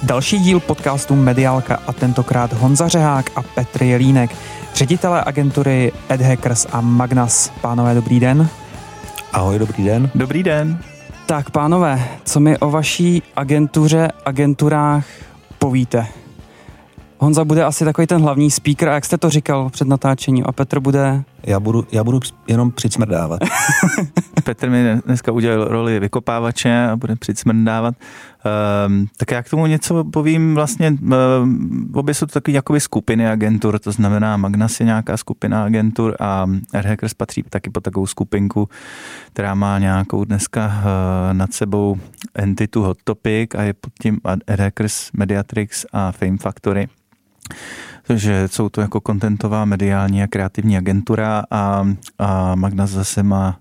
Další díl podcastu Mediálka a tentokrát Honza Řehák a Petr Jelínek, ředitelé agentury AdHackers a Magnas. Pánové, dobrý den. Ahoj, dobrý den. Dobrý den. Tak pánové, co mi o vaší agenturách povíte? Honza bude asi takový ten hlavní speaker, a jak jste to říkal před natáčením, a Petr bude... Já budu jenom přicmrdávat. Petr mi dneska udělal roli vykopávače a bude přicmrdávat. Tak já k tomu něco povím. Vlastně obě jsou to takové jakoby skupiny agentur, to znamená Magnas je nějaká skupina agentur a AdHackers patří taky po takovou skupinku, která má nějakou dneska nad sebou entitu Hot Topic a je pod tím AdHackers, Mediatrix a Fame Factory. Takže jsou to jako contentová, mediální a kreativní agentura a Magnas zase má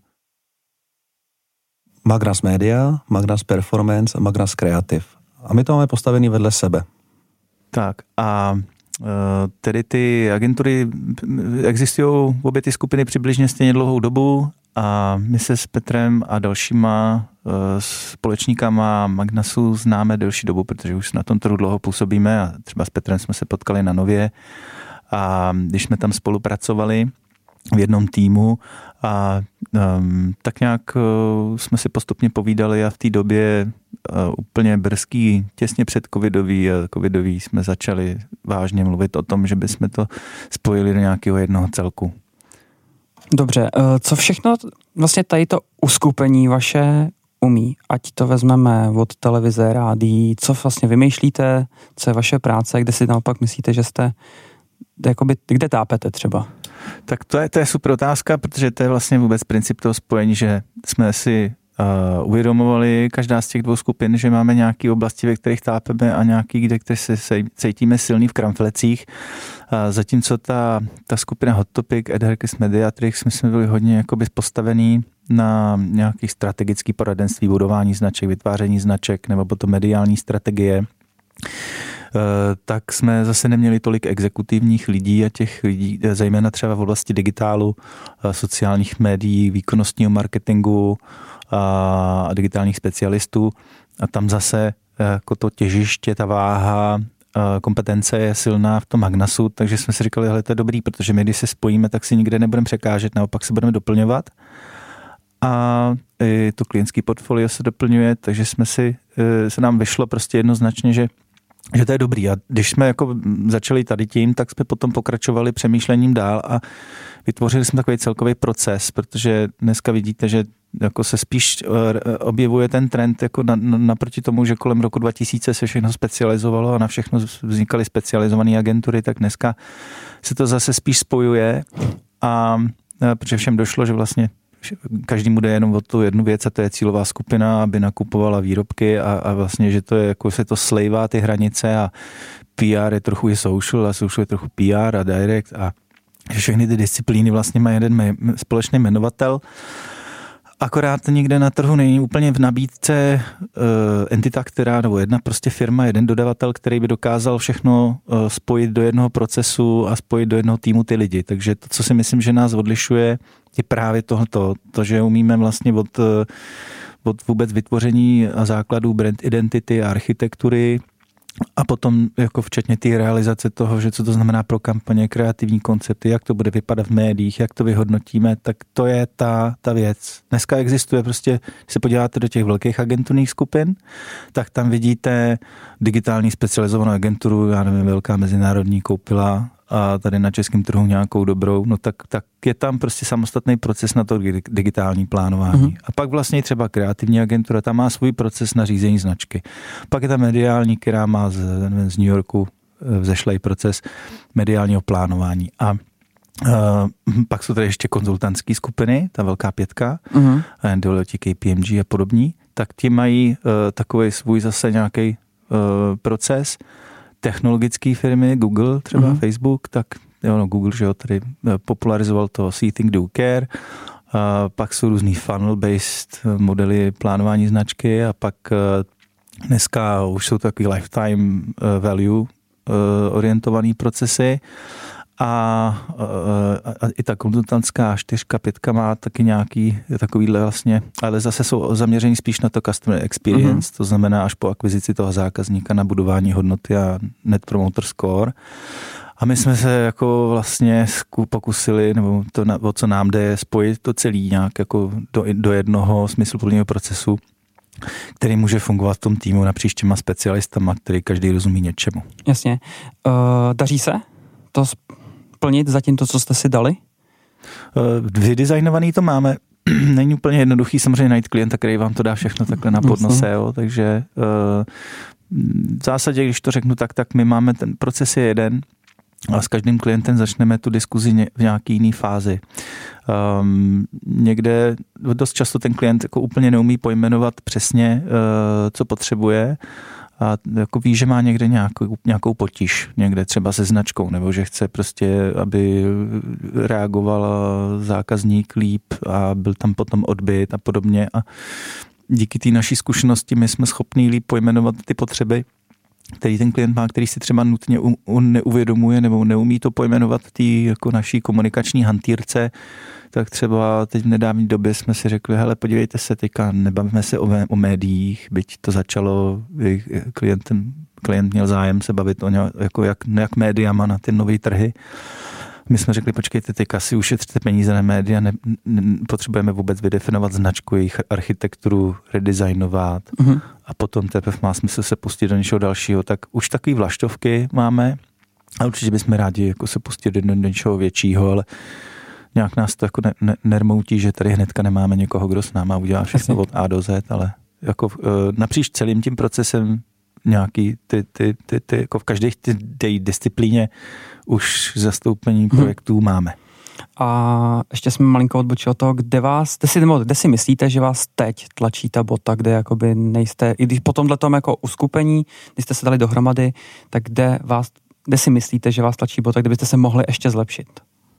Magnas Media, Magnas Performance a Magnas Creative. A my to máme postavený vedle sebe. Tak a tedy ty agentury existují obě ty skupiny přibližně stejně dlouhou dobu a my se s Petrem a dalšíma společníkama Magnasu známe delší dobu, protože už na tom trhu dlouho působíme a třeba s Petrem jsme se potkali na Nově a když jsme tam spolupracovali v jednom týmu a tak nějak jsme si postupně povídali a v té době úplně brzký, těsně před covidový jsme začali vážně mluvit o tom, že bychom to spojili do nějakého jednoho celku. Dobře, co všechno vlastně tady to uskupení vaše umí? Ať to vezmeme od televize, rádií, co vlastně vymýšlíte, co je vaše práce, kde si naopak myslíte, že jste, kde tápete třeba? Tak to je super otázka, protože to je vlastně vůbec princip toho spojení, že jsme si uvědomovali každá z těch dvou skupin, že máme nějaké oblasti, ve kterých tápeme a nějaký, kde se cítíme silný v kramflecích. Zatímco ta skupina Hot Topic, AdHackers, Mediatrix, my jsme byli hodně jakoby postavený na nějakých strategických poradenství, budování značek, vytváření značek nebo potom mediální strategie. Tak jsme zase neměli tolik exekutivních lidí a těch lidí, zejména třeba v oblasti digitálu, sociálních médií, výkonnostního marketingu a digitálních specialistů. A tam zase jako to těžiště, ta váha, kompetence je silná v tom Magnasu, takže jsme si říkali, hele, to je dobrý, protože my, když se spojíme, tak si nikde nebudeme překážet, naopak se budeme doplňovat. A i to klientský portfolio se doplňuje, takže se nám vyšlo prostě jednoznačně, že to je dobrý. A když jsme jako začali tady tím, tak jsme potom pokračovali přemýšlením dál a vytvořili jsme takový celkový proces, protože dneska vidíte, že jako se spíš objevuje ten trend jako naproti tomu, že kolem roku 2000 se všechno specializovalo a na všechno vznikaly specializované agentury, tak dneska se to zase spíš spojuje a protože všem došlo, že vlastně každému jde jenom o tu jednu věc a to je cílová skupina, aby nakupovala výrobky a vlastně, že to je jako se to slejvá ty hranice a PR je trochu i social a social je trochu PR a direct a že všechny ty disciplíny vlastně mají jeden společný jmenovatel. Akorát někde na trhu není úplně v nabídce entita, nebo jedna prostě firma, jeden dodavatel, který by dokázal všechno spojit do jednoho procesu a spojit do jednoho týmu ty lidi. Takže to, co si myslím, že nás odlišuje, je právě tohleto. To, že umíme vlastně od vůbec vytvoření a základů brand identity a architektury a potom jako včetně té realizace toho, že co to znamená pro kampaně, kreativní koncepty, jak to bude vypadat v médiích, jak to vyhodnotíme, tak to je ta věc. Dneska existuje prostě, když se podíváte do těch velkých agenturních skupin, tak tam vidíte digitální specializovanou agenturu, já nevím, velká mezinárodní koupila a tady na českém trhu nějakou dobrou, no tak je tam prostě samostatný proces na to digitální plánování. A pak vlastně třeba kreativní agentura, tam má svůj proces na řízení značky. Pak je ta mediální, která má z New Yorku vzešlej proces mediálního plánování. A pak jsou tady ještě konzultantské skupiny, ta velká pětka, Deloitte, KPMG a podobní, tak ti mají takový svůj zase nějaký proces. Technologické firmy, Google třeba, Facebook, tak Google, že jo, tady popularizoval to See, Think, Do, Care. Pak jsou různý funnel-based modely plánování značky a pak dneska už jsou takový lifetime value orientovaný procesy A i ta konzultantská 4, 5 má taky nějaký takovýhle vlastně, ale zase jsou zaměření spíš na to customer experience, to znamená až po akvizici toho zákazníka na budování hodnoty a Net Promoter Score. A my jsme se jako vlastně pokusili, nebo to, o co nám jde, je spojit to celý nějak jako do jednoho smysluplného procesu, který může fungovat v tom týmu napříč těma specialistama, který každý rozumí něčemu. Jasně. Daří se to splnit zatím to, co jste si dali? Vydesignovaný to máme. Není úplně jednoduchý samozřejmě najít klienta, který vám to dá všechno takhle na podnose, jo, takže v zásadě, když to řeknu tak my máme ten proces je jeden, ale s každým klientem začneme tu diskuzi v nějaký jiný fázi. Někde dost často ten klient jako úplně neumí pojmenovat přesně, co potřebuje a jako ví, že má někde nějakou potíž, někde třeba se značkou, nebo že chce prostě, aby reagoval zákazník líp a byl tam potom odbyt a podobně a díky té naší zkušenosti my jsme schopní líp pojmenovat ty potřeby, který ten klient má, který si třeba nutně neuvědomuje nebo neumí to pojmenovat tý jako naší komunikační hantýrce, tak třeba teď v nedávné době jsme si řekli, hele, podívejte se, teďka nebavíme se o médiích, byť to začalo, klient měl zájem se bavit o jako jak médiama na ty nové trhy. My jsme řekli, počkejte, teďka si ušetřte peníze na média, potřebujeme vůbec vydefinovat značku, jejich architekturu, redesignovat a potom teprve má smysl se pustit do něčeho dalšího. Tak už takový vlaštovky máme a určitě bychom rádi jako se pustili do něčeho většího, ale nějak nás to jako nermoutí, že tady hnedka nemáme někoho, kdo s náma udělá všechno od A do Z, ale jako napříč celým tím procesem nějaký ty jako v každé té disciplíně už zastoupení projektů máme. A ještě jsme malinko odbočili od toho, kde si myslíte, že vás teď tlačí ta bota, kde jakoby nejste, i když po tomhletom jako uskupení, když jste se dali dohromady, tak kde si myslíte, že vás tlačí bota, kde byste se mohli ještě zlepšit?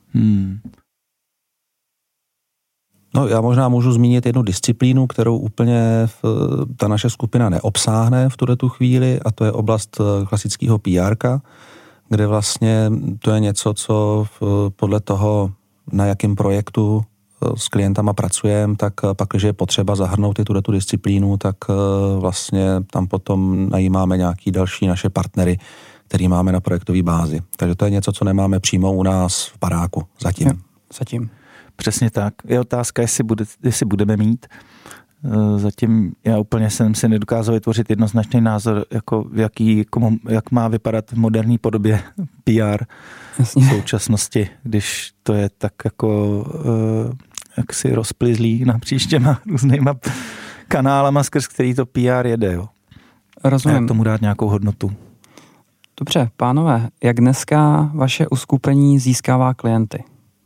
No, já možná můžu zmínit jednu disciplínu, kterou úplně ta naše skupina neobsáhne v tu chvíli, a to je oblast klasického PR-ka, kde vlastně to je něco, co podle toho, na jakém projektu s klientama pracujeme, tak pak, když je potřeba zahrnout i tu disciplínu, tak vlastně tam potom najímáme nějaký další naše partnery, který máme na projektové bázi. Takže to je něco, co nemáme přímo u nás v paráku zatím. Zatím. Přesně tak. Je otázka, jestli budeme mít. Zatím já úplně jsem si nedokázal vytvořit jednoznačný názor, jako jak má vypadat v moderní podobě PR v současnosti, když to je tak jako jaksi rozplizlý napříč těma různýma kanálama, skrz který to PR jede. Jo. Rozumím. A jak tomu dát nějakou hodnotu. Dobře, pánové, jak dneska vaše uskupení získává klienty?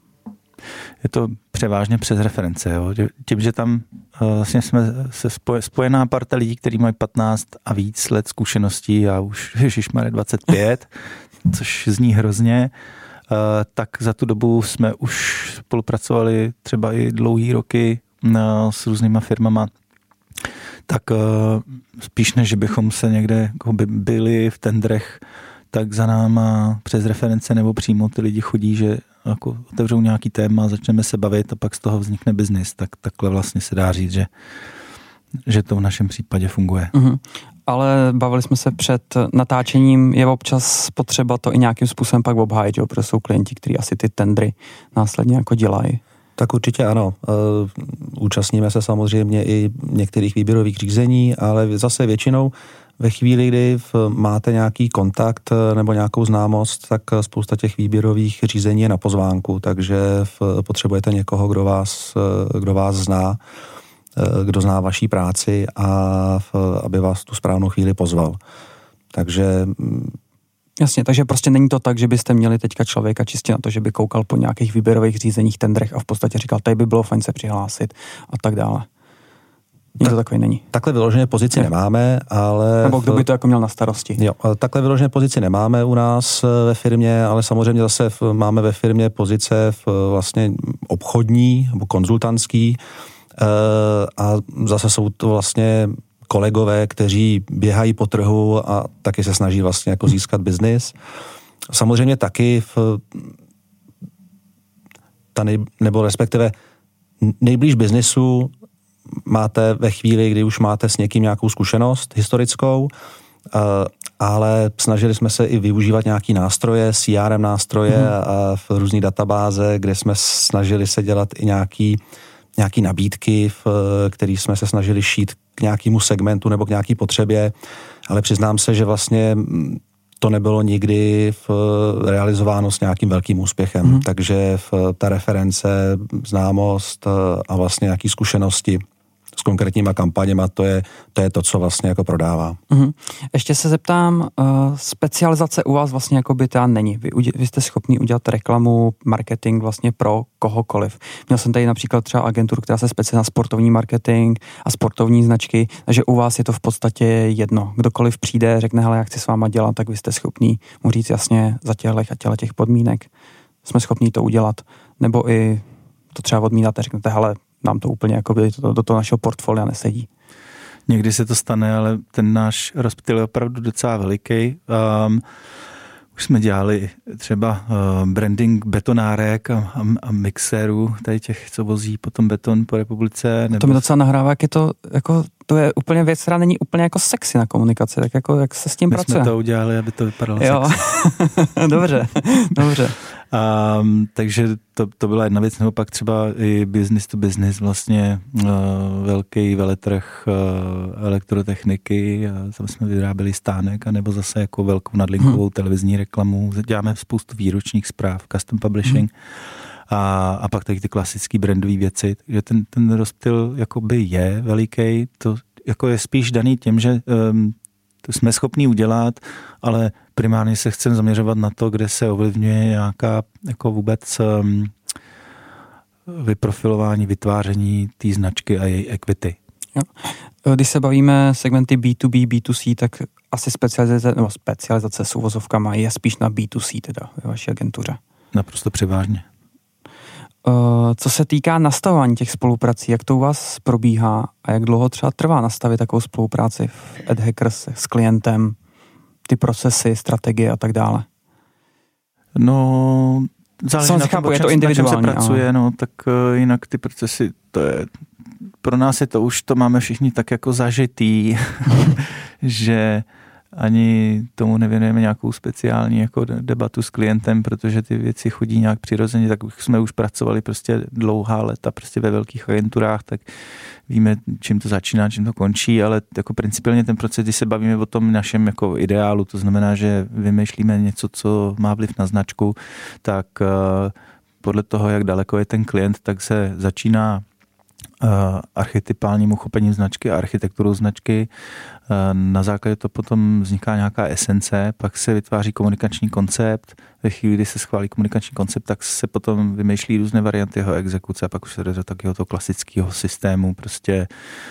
Je to převážně přes reference. Jo. Tím, že tam vlastně jsme spojená parta lidí, kteří mají 15 a víc let zkušeností a už ježišmarja 25, což zní hrozně, tak za tu dobu jsme už spolupracovali třeba i dlouhý roky s různýma firmama. Tak spíš než bychom se někde byli v tendrech, tak za náma přes reference nebo přímo ty lidi chodí, že jako otevřou nějaký téma, začneme se bavit a pak z toho vznikne biznis. Tak takhle vlastně se dá říct, že to v našem případě funguje. Ale bavili jsme se před natáčením, je občas potřeba to i nějakým způsobem pak obhájit, jo? Protože jsou klienti, kteří asi ty tendry následně jako dělají. Tak určitě ano. Účastníme se samozřejmě i některých výběrových řízení, ale zase většinou ve chvíli, kdy máte nějaký kontakt nebo nějakou známost, tak spousta těch výběrových řízení je na pozvánku, takže potřebujete někoho, kdo vás zná, kdo zná vaší práci a aby vás tu správnou chvíli pozval. Takže jasně, takže prostě není to tak, že byste měli teďka člověka čistě na to, že by koukal po nějakých výběrových řízeních, tendrech a v podstatě říkal, tady by bylo fajn se přihlásit a tak dále. Nikdo takový není. Takhle vyloženě pozici nemáme, ale... Nebo kdo by to jako měl na starosti. Jo, takhle vyloženě pozici nemáme u nás ve firmě, ale samozřejmě zase máme ve firmě pozice vlastně obchodní nebo konzultantský a zase jsou to vlastně kolegové, kteří běhají po trhu a taky se snaží vlastně jako získat biznis. Samozřejmě taky nebo respektive nejblíž biznisu máte ve chvíli, kdy už máte s někým nějakou zkušenost historickou, ale snažili jsme se i využívat nějaký nástroje, CRM nástroje a v různý databáze, kde jsme snažili se dělat i nějaký nabídky, který jsme se snažili šít k nějakému segmentu nebo k nějaký potřebě, ale přiznám se, že vlastně to nebylo nikdy realizováno s nějakým velkým úspěchem. Takže ta reference, známost a vlastně nějaké zkušenosti s konkrétníma kampaněma, to je to, co vlastně jako prodává. Ještě se zeptám, specializace u vás vlastně jako by ta není. Vy jste schopni udělat reklamu, marketing vlastně pro kohokoliv. Měl jsem tady například třeba agenturu, která se specializuje na sportovní marketing a sportovní značky, takže u vás je to v podstatě jedno. Kdokoliv přijde, řekne, hele, já chci s váma dělat, tak vy jste schopní mu říct jasně za těch podmínek. Jsme schopní to udělat. Nebo i to třeba odmítáte, řeknete, hele, nám to úplně jakoby do toho našeho portfolia nesedí. Někdy se to stane, ale ten náš rozptyl je opravdu docela veliký. Už jsme dělali třeba branding betonárek a mixérů, tady těch, co vozí potom beton po republice. To mi docela nahrává, jak je to, jako, to je úplně věc, která není úplně jako sexy na komunikaci, tak jako jak se s tím pracuje. My jsme to udělali, aby to vypadalo sexy. Dobře. Takže to byla jedna věc, nebo pak třeba i business to business, vlastně velký veletrh elektrotechniky, tam jsme vyráběli stánek, anebo zase jako velkou nadlinkovou televizní reklamu. Děláme spoustu výročních zpráv, custom publishing a pak taky ty klasické brandové věci. Takže ten rozptyl jakoby je veliký, to jako je spíš daný tím, že to jsme schopní udělat, ale primárně se chceme zaměřovat na to, kde se ovlivňuje nějaká jako vůbec vyprofilování, vytváření té značky a její equity. Jo. Když se bavíme segmenty B2B, B2C, tak asi specializace s uvozovkama je spíš na B2C teda ve vaší agentuře. Naprosto převážně. Co se týká nastavování těch spoluprací, jak to u vás probíhá a jak dlouho třeba trvá nastavit takovou spolupráci v AdHackers s klientem, ty procesy, strategie a tak dále? No, záleží na tom, je to individuální, se pracuje, no, tak jinak ty procesy, pro nás je to už, to máme všichni tak jako zažitý, že ani tomu nevěnujeme nějakou speciální jako debatu s klientem, protože ty věci chodí nějak přirozeně, tak jsme už pracovali prostě dlouhá léta prostě ve velkých agenturách, tak víme, čím to začíná, čím to končí, ale jako principiálně ten proces, když se bavíme o tom našem jako ideálu, to znamená, že vymýšlíme něco, co má vliv na značku, tak podle toho, jak daleko je ten klient, tak se začíná archetypálním uchopením značky a architekturou značky. Na základě to potom vzniká nějaká esence, pak se vytváří komunikační koncept. Ve chvíli, kdy se schválí komunikační koncept, tak se potom vymýšlí různé varianty jeho exekuce a pak už se jde do takového toho klasického systému, prostě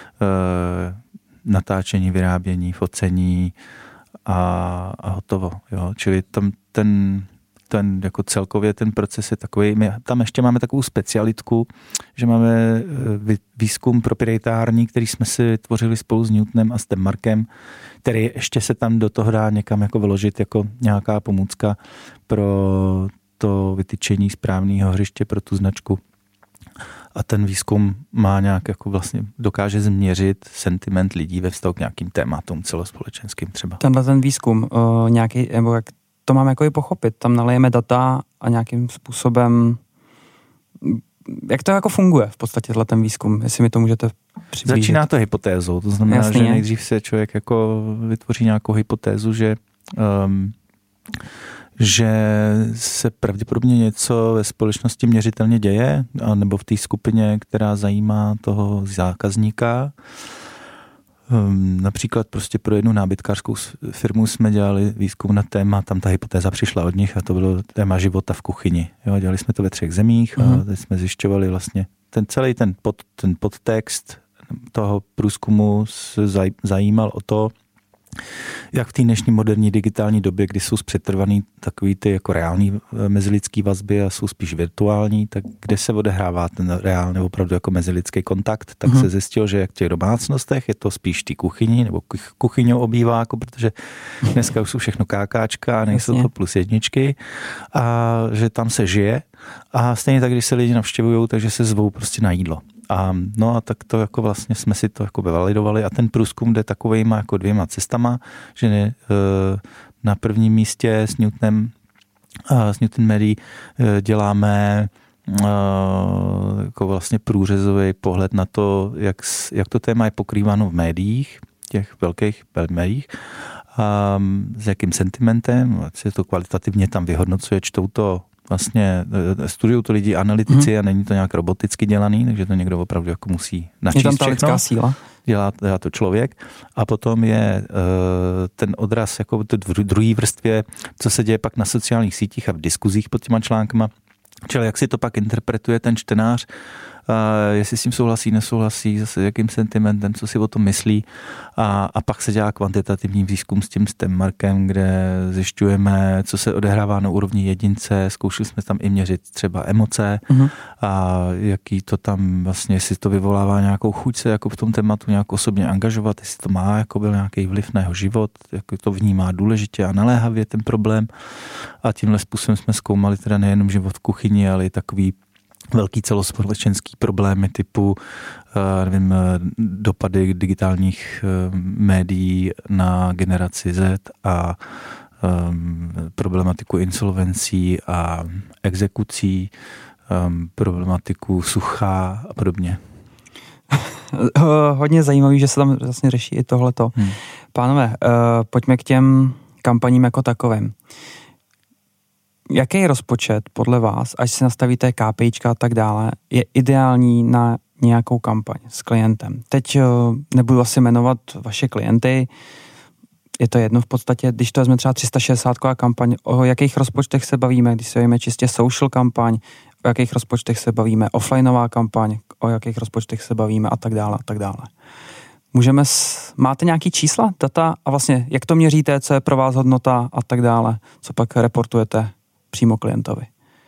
natáčení, vyrábění, focení a hotovo. Jo? Čili tam ten jako celkově ten proces je takový. My tam ještě máme takovou specialitku, že máme výzkum proprietární, který jsme si vytvořili spolu s Newtonem a s Temmarkem, který ještě se tam do toho dá někam jako vyložit jako nějaká pomůcka pro to vytyčení správného hřiště pro tu značku. A ten výzkum má nějak jako vlastně dokáže změřit sentiment lidí ve vztahu k nějakým tématům celospolečenským třeba. Ten výzkum nějaký, nebo jak to máme jako i pochopit. Tam nalejeme data a nějakým způsobem, jak to jako funguje v podstatě ten výzkum, jestli mi to můžete přiblížit. Začíná to hypotézou, to znamená, jasně, že nejdřív se člověk jako vytvoří nějakou hypotézu, že se pravděpodobně něco ve společnosti měřitelně děje, nebo v té skupině, která zajímá toho zákazníka. Například prostě pro jednu nábytkářskou firmu jsme dělali výzkum na téma, tam ta hypotéza přišla od nich a to bylo téma života v kuchyni. Jo, dělali jsme to ve 3 zemích a teď jsme zjišťovali vlastně celý ten podtext toho průzkumu se zajímal o to, jak v té dnešní moderní digitální době, kdy jsou zpřetrvaný takový ty jako reální mezilidský vazby a jsou spíš virtuální, tak kde se odehrává ten reálný opravdu jako mezilidský kontakt, tak se zjistilo, že jak v těch domácnostech je to spíš ty kuchyni nebo kuchyňou obýváku, protože dneska už jsou všechno kákáčka a nejsou to plus jedničky a že tam se žije a stejně tak, když se lidi navštěvují, takže se zvou prostě na jídlo. A no a tak to jako vlastně jsme si to jako validovali a ten průzkum jde takovejma jako 2 cestama, že na prvním místě s Newton Médií děláme jako vlastně průřezový pohled na to, jak to téma je pokrýváno v médiích, těch velkých médiích, s jakým sentimentem, se to kvalitativně tam vyhodnocuje, čtou to vlastně studují to lidi analytici a není to nějak roboticky dělaný, takže to někdo opravdu jako musí načíst všechno. Je tam ta lidská síla. Dělá to člověk a potom je ten odraz jako v druhé vrstvě, co se děje pak na sociálních sítích a v diskuzích pod těma článkama, čili jak si to pak interpretuje ten čtenář, jestli s tím souhlasí, nesouhlasí, zase jakým sentimentem, co si o tom myslí a pak se dělá kvantitativní výzkum s tím Markem, kde zjišťujeme, co se odehrává na úrovni jedince, zkoušeli jsme tam i měřit třeba emoce a jaký to tam vlastně, jestli to vyvolává nějakou chuť se jako v tom tématu nějak osobně angažovat, jestli to má jako byl nějaký vliv na jeho život, jak to vnímá důležitě a naléhavě ten problém a tímhle způsobem jsme zkoumali teda nejenom život v kuchyni, ale i takový velký celospolečenský problémy typu nevím, dopady digitálních médií na generaci Z a problematiku insolvencí a exekucí, problematiku sucha a podobně. Hodně zajímavý, že se tam vlastně řeší i tohleto. Pánové, pojďme k těm kampaním jako takovým. Jaký rozpočet podle vás, až si nastavíte KPIčka a tak dále, je ideální na nějakou kampaň s klientem? Teď nebudu asi jmenovat vaše klienty, je to jedno v podstatě, když to vezme třeba 360 kampaň, o jakých rozpočtech se bavíme, když se bavíme čistě social kampaň, o jakých rozpočtech se bavíme, offlineová kampaň, o jakých rozpočtech se bavíme a tak dále a tak dále. Máte nějaký čísla, data a vlastně jak to měříte, co je pro vás hodnota a tak dále, co pak reportujete přímo klientovi?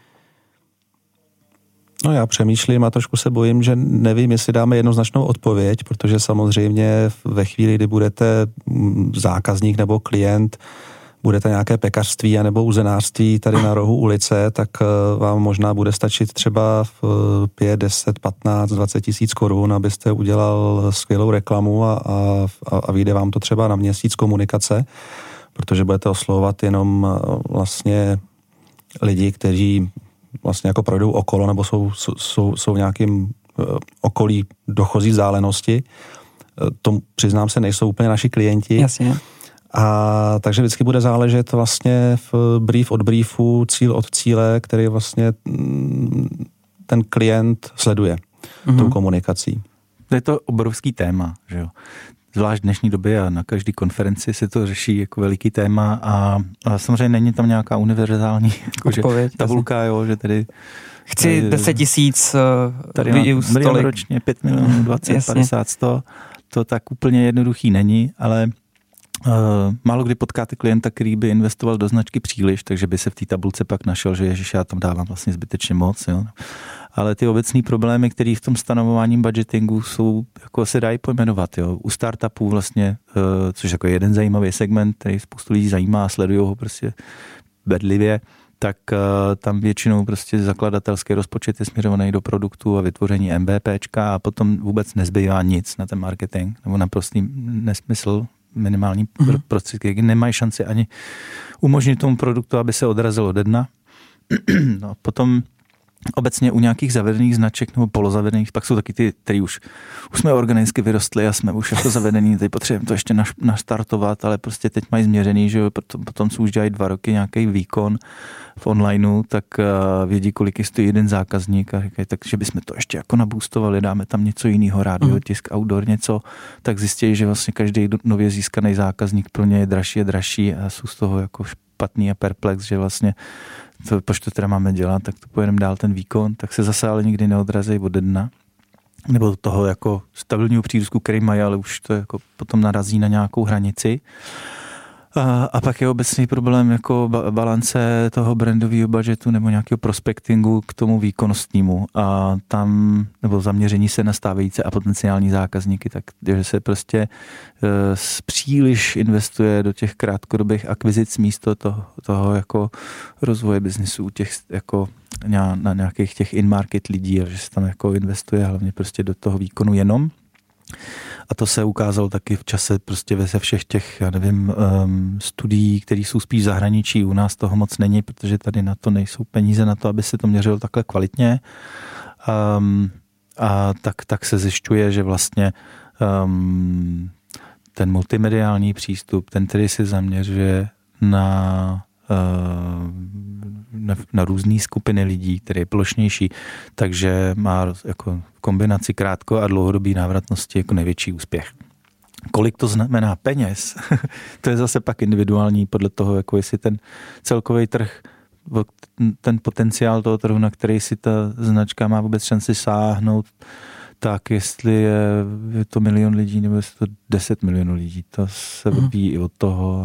No já přemýšlím a trošku se bojím, že nevím, jestli dáme jednoznačnou odpověď, protože samozřejmě ve chvíli, kdy budete zákazník nebo klient, budete nějaké pekařství anebo uzenářství tady na rohu ulice, tak vám možná bude stačit třeba 5, 10, 15, 20 tisíc korun, abyste udělal skvělou reklamu a vyjde vám to třeba na měsíc komunikace, protože budete oslovovat jenom vlastně lidi, kteří vlastně jako projdou okolo nebo jsou nějakým okolí dochozí vzdálenosti. To přiznám se, nejsou úplně naši klienti. Jasně. A takže vždycky bude záležet vlastně v brief od briefu, cíl od cíle, který vlastně ten klient sleduje tou komunikací. To je to obrovský téma, že jo. Zvlášť v dnešní době a na každé konferenci se to řeší jako veliký téma a samozřejmě není tam nějaká univerzální odpověď, tabulka, jo, že tady chci 10 000 views, milion ročně, 5 milionů, 20, jasně. 50, 100, to tak úplně jednoduchý není, ale málo kdy potkáte klienta, který by investoval do značky příliš, takže by se v té tabulce pak našel, že ježiš, já tam dávám vlastně zbytečně moc, jo. Ale ty obecné problémy, které v tom stanovování budgetingu jsou, jako se dají pojmenovat, jo. U startupů vlastně, což je jako jeden zajímavý segment, který spoustu lidí zajímá a sledují ho prostě bedlivě, tak tam většinou prostě zakladatelský rozpočet je směřovaný do produktu a vytvoření MVPčka a potom vůbec nezbývá nic na ten marketing, nebo naprostý nesmysl, minimální prostředky, nemají šanci ani umožnit tomu produktu, aby se odrazilo ode dna. No, potom obecně u nějakých zavedených značek nebo polozavedených, pak jsou taky ty, který už jsme organicky vyrostli a jsme už jako zavedení, teď potřebujeme to ještě nastartovat, ale prostě teď mají změřený, že potom co už dělají 2 roky nějaký výkon v onlineu, tak vědí, kolik je stojí jeden zákazník a říkají, takže bychom to ještě jako naboostovali, dáme tam něco jiného, rádio, tisk, outdoor, něco, tak zjistí, že vlastně každý nově získaný zákazník pro ně je dražší a jsou z toho jako špatný a perplex, že vlastně proč to teda máme dělat, tak to pojedeme dál ten výkon, tak se zase ale nikdy neodrazí ode dna. nebo toho jako stabilního přírůstku, který mají, ale už to jako potom narazí na nějakou hranici. A pak je obecný problém jako balance toho brandového budžetu nebo nějakého prospektingu k tomu výkonnostnímu a tam, nebo zaměření se na stávající a potenciální zákazníky, takže se prostě příliš investuje do těch krátkodobých akvizic místo toho jako rozvoje biznisu těch jako na nějakých těch in-market lidí, že se tam jako investuje hlavně prostě do toho výkonu jenom. A to se ukázalo taky v čase prostě ve všech těch, já nevím, studií, které jsou spíš v zahraničí. U nás toho moc není, protože tady na to nejsou peníze na to, aby se to měřilo takhle kvalitně. A tak se zjišťuje, že vlastně ten multimediální přístup, ten, který se zaměřuje na různé skupiny lidí, který je plošnější, takže má jako kombinaci krátko a dlouhodobý návratnosti jako největší úspěch. Kolik to znamená peněz, to je zase pak individuální podle toho, jako jestli ten celkový trh, ten potenciál toho trhu, na který si ta značka má vůbec šanci sáhnout, tak jestli je to 1 milion lidí nebo jestli to 10 milionů lidí, to se odvíjí i od toho.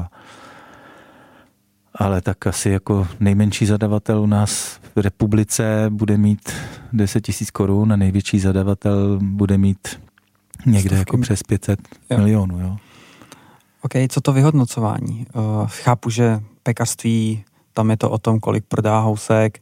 Ale tak asi jako nejmenší zadavatel u nás v republice bude mít 10 000 korun a největší zadavatel bude mít někde jako přes 500 milionů. Jo. OK, co to vyhodnocování? Chápu, že pekařství, tam je to o tom, kolik prodá housek.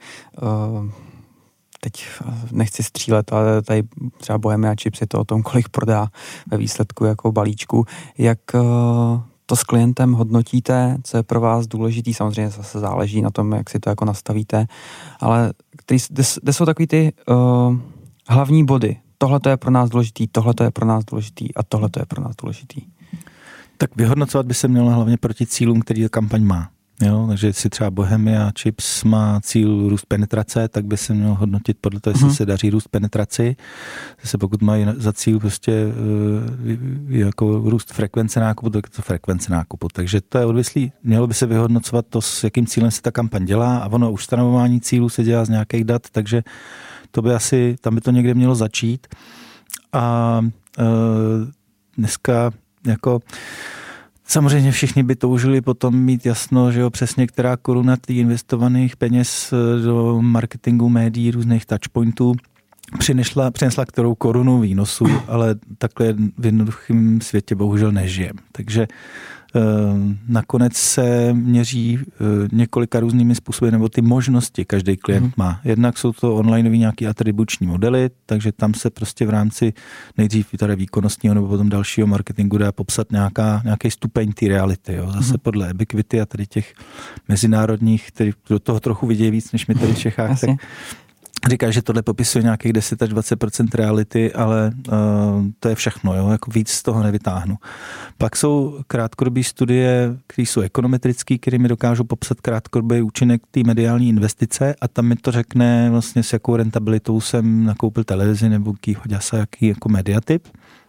Teď nechci střílet, ale tady třeba Bohemia Chips je to o tom, kolik prodá ve výsledku jako balíčku. Jak to s klientem hodnotíte, co je pro vás důležitý, samozřejmě zase záleží na tom, jak si to jako nastavíte, ale kde jsou takový ty hlavní body? Tohle to je pro nás důležitý, tohle to je pro nás důležitý a tohle to je pro nás důležitý. Tak vyhodnocovat by se mělo hlavně proti cílům, který ta kampaň má. Jo, takže jestli třeba Bohemia Chips má cíl růst penetrace, tak by se měl hodnotit podle toho, jestli se daří růst penetraci. Zase pokud mají za cíl prostě jako růst frekvence nákupu, tak je to frekvence nákupu. Takže to je odvislý. Mělo by se vyhodnocovat to, s jakým cílem se ta kampaň dělá a ono už stanovování cílů se dělá z nějakých dat, takže to by asi, tam by to někde mělo začít. A dneska jako samozřejmě všichni by toužili potom mít jasno, že jo, přesně která koruna těch investovaných peněz do marketingu, médií, různých touchpointů přinesla kterou korunu výnosu, ale takhle v jednoduchém světě bohužel nežijem. Takže nakonec se měří několika různými způsoby, nebo ty možnosti každý klient má. Jednak jsou to onlineový nějaký atribuční modely, takže tam se prostě v rámci nejdřív tady výkonnostního nebo potom dalšího marketingu dá popsat nějaký stupeň té reality. Jo. Zase podle Ubiquity a tady těch mezinárodních, který do toho trochu vidějí víc, než my tady v Čechách, tak říká, že tohle popisuje nějakých 10 až 20% reality, ale to je všechno, jo? Jako víc z toho nevytáhnu. Pak jsou krátkodobé studie, které jsou ekonometrické, kterými dokážou popsat krátkodobý účinek té mediální investice a tam mi to řekne vlastně s jakou rentabilitou jsem nakoupil televizi nebo jaký jako mediatyp.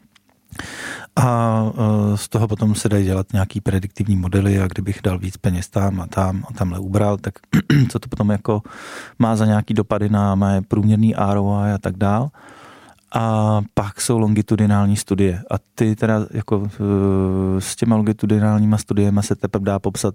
A z toho potom se dají dělat nějaký prediktivní modely a kdybych dal víc peněz tam a tamhle ubral, tak co to potom jako má za nějaký dopady na mé průměrný ROI a tak dál. A pak jsou longitudinální studie a ty teda jako s těma longitudinálníma studiemi se teprve dá popsat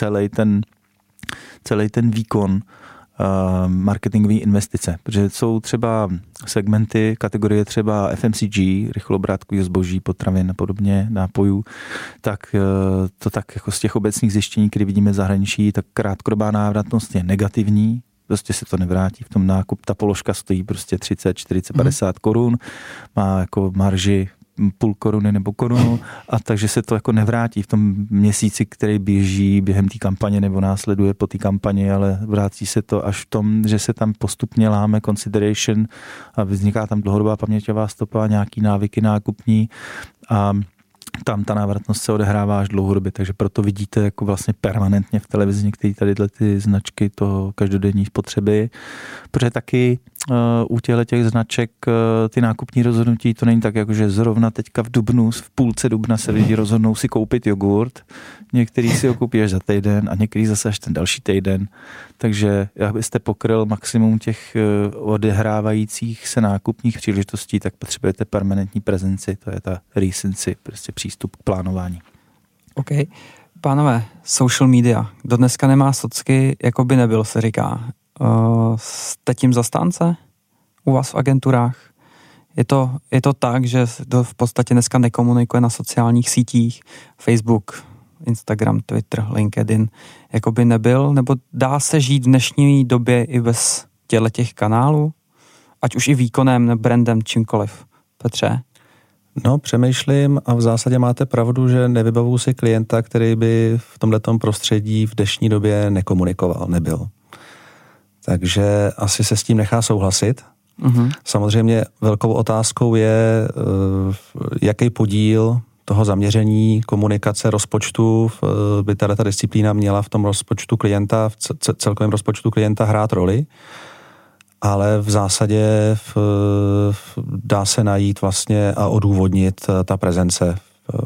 celý ten výkon marketingové investice, protože jsou třeba segmenty, kategorie třeba FMCG, rychloobrátkového zboží, potravin a podobně, nápojů, tak to tak jako z těch obecných zjištění, které vidíme v zahraničí, tak krátkodobá návratnost je negativní, prostě se to nevrátí v tom nákup, ta položka stojí prostě 30, 40, 50 korun, má jako marži půl koruny nebo korunu a takže se to jako nevrátí v tom měsíci, který běží během té kampaně nebo následuje po té kampani, ale vrátí se to až v tom, že se tam postupně láme consideration a vzniká tam dlouhodobá paměťová stopa, nějaký návyky nákupní a tam ta návratnost se odehrává až dlouhodobě, takže proto vidíte jako vlastně permanentně v televizi některé tady ty značky toho každodenní spotřeby, protože taky u těch značek ty nákupní rozhodnutí, to není tak, jako že zrovna teďka v dubnu, v půlce dubna se lidi rozhodnou si koupit jogurt, některý si ho koupí až za týden a některý zase až ten další týden, takže abyste pokryl maximum těch odehrávajících se nákupních příležitostí, tak potřebujete permanentní prezenci, to je ta recency, prostě přístup k plánování. OK. Pánové, social media. Do dneska nemá socky, jako by nebyl, se říká. Jste tím zastánce u vás v agenturách? Je to tak, že v podstatě dneska nekomunikuje na sociálních sítích, Facebook, Instagram, Twitter, LinkedIn, jako by nebyl? Nebo dá se žít v dnešní době i bez těch kanálů? Ať už i výkonem, brandem, čímkoliv. Petře? No, přemýšlím a v zásadě máte pravdu, že nevybavuju si klienta, který by v tomhletom prostředí v dnešní době nekomunikoval, nebyl. Takže asi se s tím nechá souhlasit. Mm-hmm. Samozřejmě velkou otázkou je, jaký podíl toho zaměření, komunikace, rozpočtu by tato disciplína měla v tom rozpočtu klienta, v celkovém rozpočtu klienta hrát roli. Ale v zásadě dá se najít vlastně a odůvodnit ta prezence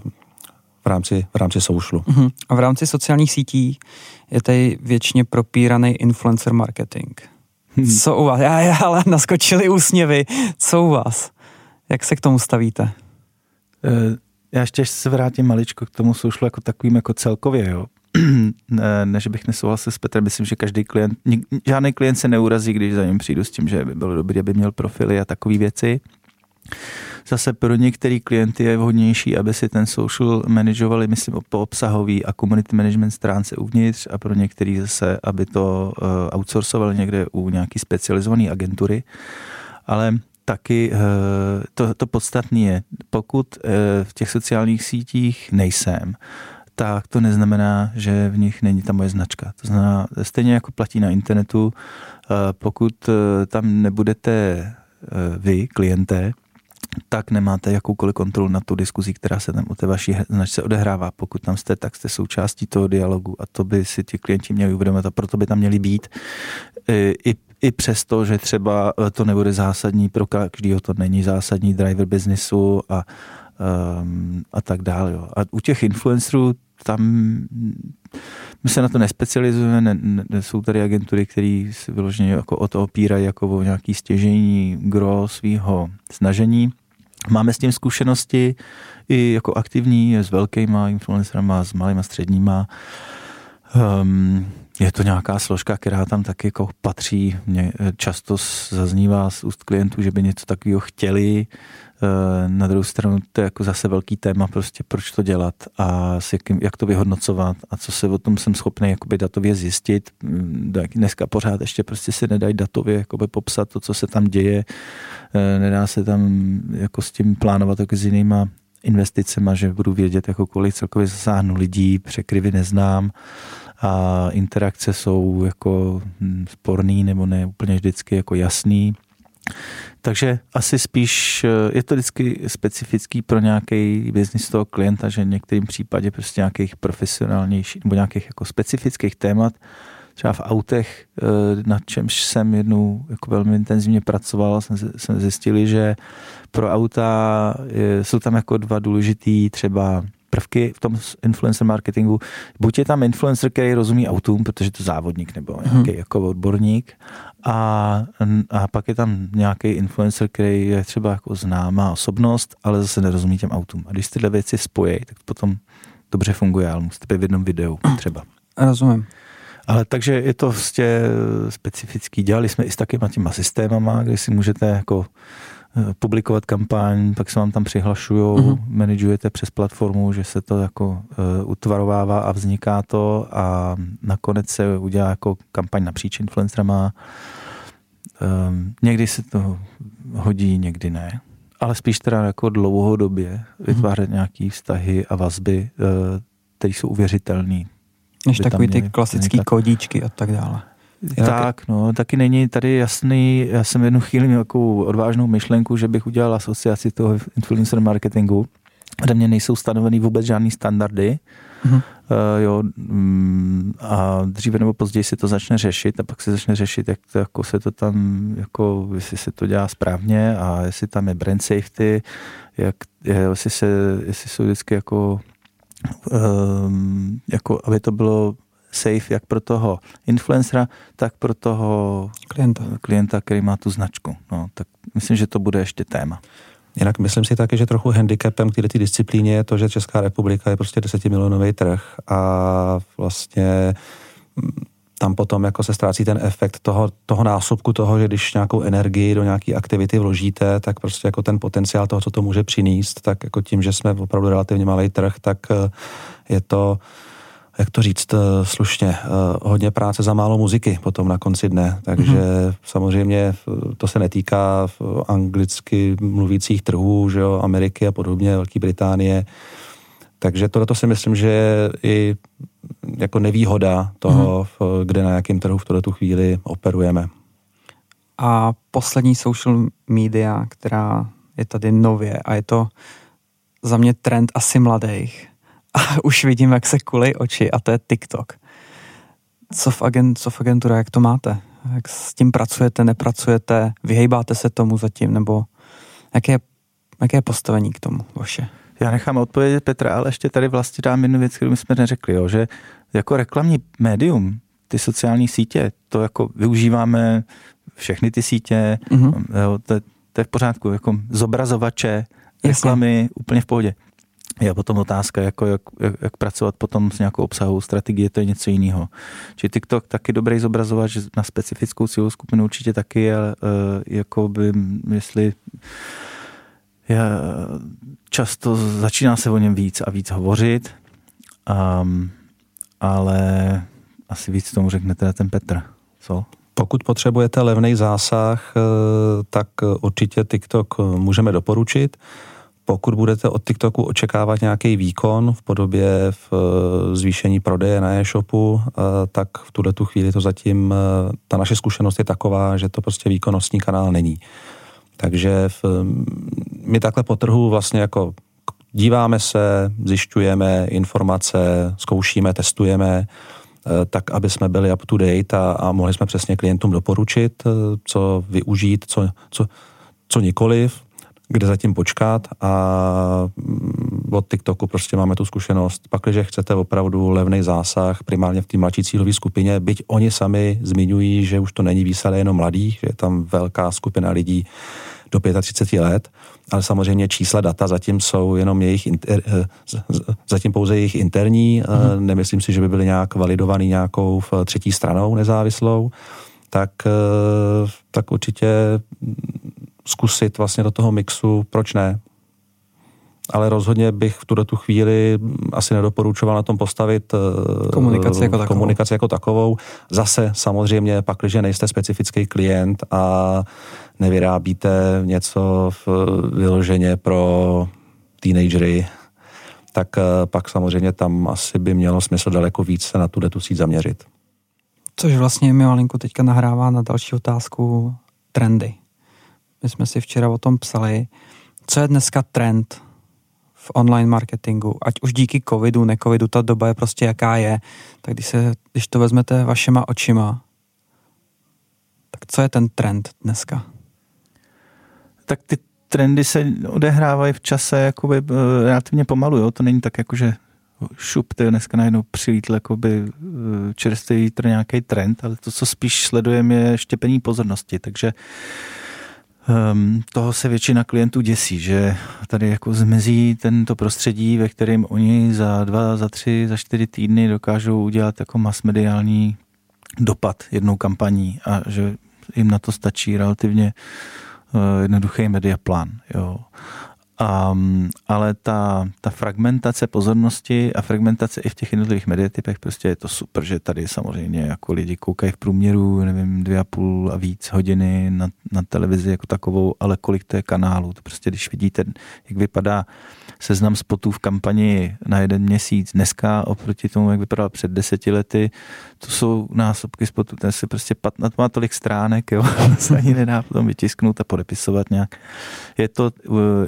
v rámci socialu. Uh-huh. A v rámci sociálních sítí je tady věčně propíraný influencer marketing. Co u vás? Ale naskočili úsměvy. Co u vás? Jak se k tomu stavíte? Já ještě se vrátím maličko k tomu socialu jako takovým jako celkově, jo. Ne, že bych nesouhlasil s Petrem, myslím, že žádný klient se neurazí, když za ním přijdu s tím, že by bylo dobré, aby měl profily a takové věci. Zase pro některý klienty je vhodnější, aby si ten social manažovali, myslím, po obsahový a community management stránce uvnitř a pro některý zase, aby to outsourcovali někde u nějaký specializované agentury. Ale taky to podstatné je, pokud v těch sociálních sítích nejsem, tak to neznamená, že v nich není ta moje značka. To znamená, stejně jako platí na internetu, pokud tam nebudete vy, klienté, tak nemáte jakoukoliv kontrolu nad tu diskuzí, která se tam o té vaší značce odehrává. Pokud tam jste, tak jste součástí toho dialogu a to by si ti klienti měli uvědomit a proto by tam měli být. I přesto, že třeba to nebude zásadní, pro každýho to není zásadní driver businessu a tak dále. Jo. A u těch influencerů tam my se na to nespecializujeme, jsou tady agentury, které se vyloženě jako o to opírají jako o nějaký stěžejní gro svýho snažení. Máme s tím zkušenosti i jako aktivní s velkýma influencerama, s malýma středníma. Je to nějaká složka, která tam taky jako patří. Mně často zaznívá z úst klientů, že by něco takového chtěli. Na druhou stranu to je jako zase velký téma, prostě proč to dělat a jak to vyhodnocovat a co se o tom jsem schopný jakoby datově zjistit. Dneska pořád ještě prostě se nedají datově jakoby popsat to, co se tam děje. Nedá se tam jako s tím plánovat jako s jinýma investicema, že budu vědět, jako kolik celkově zasáhnu lidí, překryvy neznám a interakce jsou jako sporný nebo ne úplně vždycky jako jasný. Takže asi spíš je to vždycky specifický pro nějaký biznis toho klienta, že v některém případě prostě nějakých profesionálnějších nebo nějakých jako specifických témat, třeba v autech, na čemž jsem jednou jako velmi intenzivně pracoval, jsme zjistili, že pro auta jsou tam jako dva důležitý třeba prvky v tom influencer marketingu. Buď je tam influencer, který rozumí autům, protože to závodník nebo nějaký jako odborník, a pak je tam nějaký influencer, který je třeba jako známá osobnost, ale zase nerozumí těm autům. A když tyhle věci spojí, tak potom dobře funguje, ale musíte být v jednom videu třeba. Rozumím. Ale takže je to vlastně specifický. Dělali jsme i s takýma těma systémama, kde si můžete jako publikovat kampaň, pak se vám tam přihlašujou, manažujete přes platformu, že se to jako utvarovává a vzniká to a nakonec se udělá jako kampaň napříč influencerama. Někdy se to hodí, někdy ne. Ale spíš teda jako dlouhodobě vytvářet nějaký vztahy a vazby, které jsou uvěřitelné. Než takový ty klasický kódíčky a tak dále. Tak, no, taky není tady jasný, já jsem jednu chvíli měl takovou odvážnou myšlenku, že bych udělal asociaci toho influencer marketingu, ode mě nejsou stanoveny vůbec žádný standardy. A dříve nebo později se to začne řešit a pak se začne řešit, jak to, jako se to tam, jako, jestli se to dělá správně a jestli tam je brand safety, jestli jsou vždycky jako aby to bylo safe jak pro toho influencera, tak pro toho klienta, který má tu značku. No, tak myslím, že to bude ještě téma. Jinak myslím si taky, že trochu handicapem k této disciplíně je to, že Česká republika je prostě 10milionový trh a vlastně tam potom jako se ztrácí ten efekt toho násobku toho, že když nějakou energii do nějaké aktivity vložíte, tak prostě jako ten potenciál toho, co to může přinést, tak jako tím, že jsme opravdu relativně malý trh, tak je to, jak to říct slušně, hodně práce za málo muziky potom na konci dne. Takže samozřejmě to se netýká anglicky mluvících trhů, že jo, Ameriky a podobně, Velké Británie. Takže tohleto si myslím, že je i jako nevýhoda toho, kde na jakém trhu v tuhletu chvíli operujeme. A poslední social media, která je tady nově a je to za mě trend asi mladých. A už vidím, jak se kulej oči a to je TikTok. Co v agentura, jak to máte? Jak s tím pracujete, nepracujete? Vyhejbáte se tomu zatím? Nebo jaké je postavení k tomu vaše? Já nechám odpovědět Petra, ale ještě tady vlastně dám jednu věc, kterou jsme neřekli, jo, že jako reklamní médium, ty sociální sítě, to jako využíváme všechny ty sítě, jo, to je v pořádku, jako zobrazovače, reklamy, úplně v pohodě. Je potom otázka, jako jak pracovat potom s nějakou obsahovou strategií, to je něco jiného. Či TikTok taky dobrý zobrazovač na specifickou cílovou skupinu určitě taky, ale jako by, jestli často začíná se o něm víc a víc hovořit, ale asi víc tomu řeknete ten Petr. Co? Pokud potřebujete levný zásah, tak určitě TikTok můžeme doporučit. Pokud budete od TikToku očekávat nějaký výkon v podobě zvýšení prodeje na e-shopu, tak v tuhletu chvíli to zatím, ta naše zkušenost je taková, že to prostě výkonnostní kanál není. Takže my takhle po trhu vlastně jako díváme se, zjišťujeme informace, zkoušíme, testujeme, tak, aby jsme byli up to date a mohli jsme přesně klientům doporučit, co využít, co nikoliv, kde zatím počkat a od TikToku prostě máme tu zkušenost. Pakliže chcete opravdu levný zásah, primárně v té mladší cílové skupině, byť oni sami zmiňují, že už to není výsada jenom mladých, že je tam velká skupina lidí do 35 let, ale samozřejmě čísla data zatím jsou jenom zatím pouze jejich interní, nemyslím si, že by byly nějak validovaný nějakou třetí stranou nezávislou, tak určitě zkusit vlastně do toho mixu, proč ne? Ale rozhodně bych v tu chvíli asi nedoporučoval na tom postavit komunikaci jako takovou. Zase samozřejmě pak, když nejste specifický klient a nevyrábíte něco vyloženě pro teenagery, tak pak samozřejmě tam asi by mělo smysl daleko víc se na tu síť zaměřit. Což vlastně mi malinko teďka nahrává na další otázku trendy. My jsme si včera o tom psali, co je dneska trend v online marketingu, ať už díky covidu, necovidu, ta doba je prostě jaká je, tak když to vezmete vašima očima, tak co je ten trend dneska? Tak ty trendy se odehrávají v čase jakoby relativně pomalu, jo? To není tak jako, že šup, to je dneska najednou přilítl jakoby čerstvý vítr nějaký trend, ale to, co spíš sledujeme, je štěpení pozornosti, takže toho se většina klientů děsí, že tady jako zmizí tento prostředí, ve kterém oni za 2, za 3, za 4 týdny dokážou udělat jako masmediální dopad jednou kampaní a že jim na to stačí relativně jednoduchý mediaplán. Jo. Ale ta fragmentace pozornosti a fragmentace i v těch jednotlivých mediatypech, prostě je to super, že tady samozřejmě jako lidi koukají v průměru, nevím, 2,5 a víc hodiny na televizi jako takovou, ale kolik to je kanálů. To prostě, když vidíte, jak vypadá seznam spotů v kampani na 1 měsíc dneska oproti tomu, jak vypadal před 10 lety, to jsou násobky spotů, ten se prostě na to má tolik stránek, jo, se ani nedá potom vytisknout a podepisovat nějak. Je to, jo, či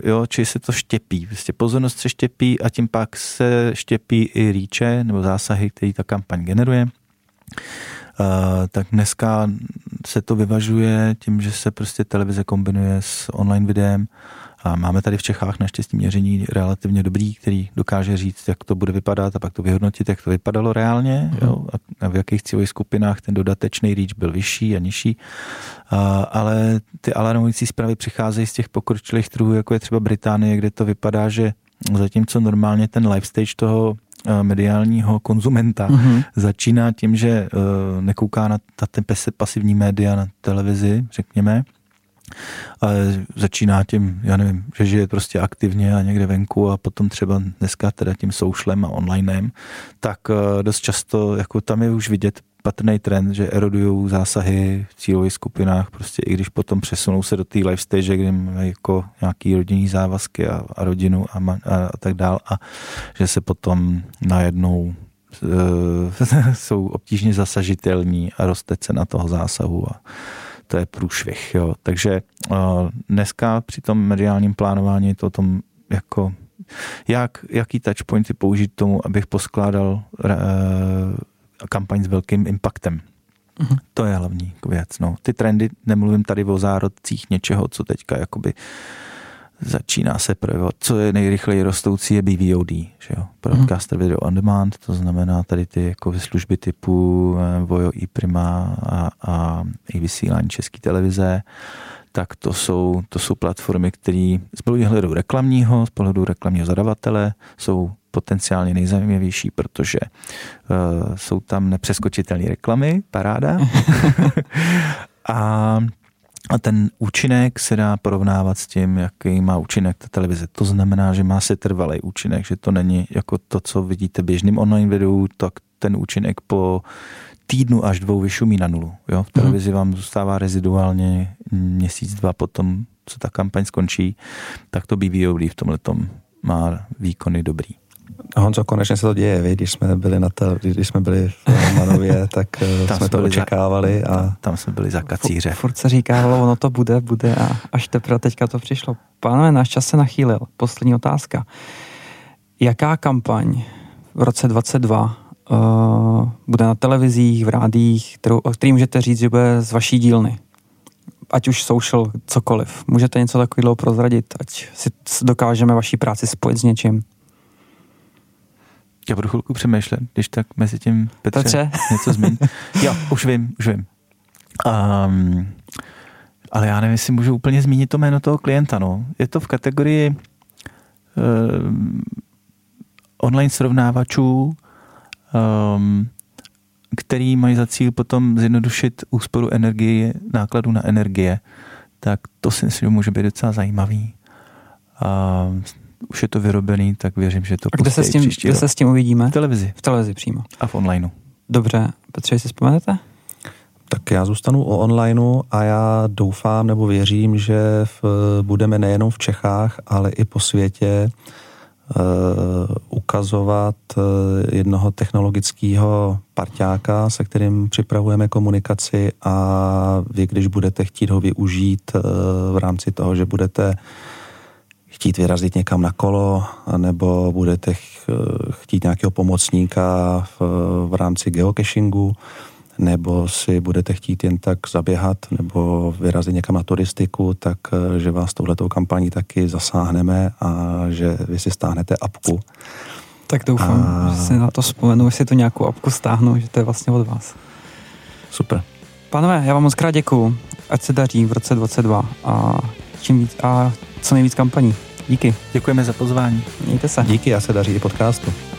že se to štěpí. Prostě pozornost se štěpí a tím pak se štěpí i reache nebo zásahy, který ta kampaň generuje. Tak dneska se to vyvažuje tím, že se prostě televize kombinuje s online videem. A máme tady v Čechách naštěstí měření relativně dobrý, který dokáže říct, jak to bude vypadat a pak to vyhodnotit, jak to vypadalo reálně, jo, a v jakých cílových skupinách ten dodatečný reach byl vyšší a nižší. Ale ty alarmující zprávy přicházejí z těch pokročilých trhů, jako je třeba Británie, kde to vypadá, že zatímco normálně ten life stage toho mediálního konzumenta začíná tím, že nekouká na ten pasivní média, na televizi, řekněme, ale začíná tím, já nevím, že žije prostě aktivně a někde venku a potom třeba dneska teda tím socialem a onlinem, tak dost často jako tam je už vidět patrný trend, že erodujou zásahy v cílových skupinách, prostě i když potom přesunou se do té life stage, kde mají jako nějaký rodinný závazky a rodinu a tak dál a že se potom najednou jsou obtížně zasažitelní a roste cena toho zásahu a to je průšvih, jo. Takže dneska při tom mediálním plánování je to o tom, jako jaký touchpointy použít tomu, abych poskládal kampaň s velkým impactem. To je hlavní věc. No. Ty trendy, nemluvím tady o zárodcích něčeho, co teďka jakoby začíná se projevovat. Co je nejrychleji rostoucí je BVOD, že jo? Broadcaster Video On Demand, to znamená tady ty jako služby typu Vojo iPrima a i vysílání České televize, tak to jsou platformy, které z pohledu reklamního zadavatele jsou potenciálně nejzajímavější, protože jsou tam nepřeskočitelné reklamy, paráda. A ten účinek se dá porovnávat s tím, jaký má účinek ta televize. To znamená, že má se trvalý účinek, že to není jako to, co vidíte běžným online videu, tak ten účinek po týdnu až 2 vyšumí na nulu. Jo? V televizi vám zůstává reziduálně měsíc, 2 potom, co ta kampaň skončí, tak to BVOD v tomhletom má výkony dobrý. Honzo, konečně se to děje, když jsme byli v Manově, tak jsme to očekávali. Tam jsme byli za kacíře. Furt se říkávalo, ono to bude a až teprve teďka to přišlo. Pánové, náš čas se nachýlil. Poslední otázka. Jaká kampaň v roce 2022 bude na televizích, v rádiích, o který můžete říct, že bude z vaší dílny? Ať už social, cokoliv. Můžete něco takového prozradit, ať si dokážeme vaší práci spojit s něčím? Já budu chvilku přemýšlet, když tak mezi tím Petře něco zmíň. Jo, už vím. Ale já nevím, jestli můžu úplně zmínit to jméno toho klienta. No. Je to v kategorii online srovnávačů, který mají za cíl potom zjednodušit úsporu energie, nákladu na energie. Tak to si myslím, že může být docela zajímavý. Už je to vyrobený, tak věřím, že to pustí příští rok. Kde se s tím uvidíme? V televizi. V televizi přímo. A v onlineu. Dobře. Petře, si vzpomenete? Tak já zůstanu o onlineu a já doufám nebo věřím, že budeme nejenom v Čechách, ale i po světě ukazovat jednoho technologického parťáka, se kterým připravujeme komunikaci a vy, když budete chtít ho využít v rámci toho, že budete chtít vyrazit někam na kolo, nebo budete chtít nějakého pomocníka v rámci geocachingu, nebo si budete chtít jen tak zaběhat, nebo vyrazit někam na turistiku, tak že vás touhletou kampaní taky zasáhneme a že vy si stáhnete apku. Tak doufám, že si na to vzpomenu, jestli tu nějakou apku stáhnu, že to je vlastně od vás. Super. Pánové, já vám moc krát děkuju. Ať se daří v roce 2022 a čím víc a co nejvíc kampaní. Díky. Děkujeme za pozvání. Mějte se. Díky, já se daří i podcastu.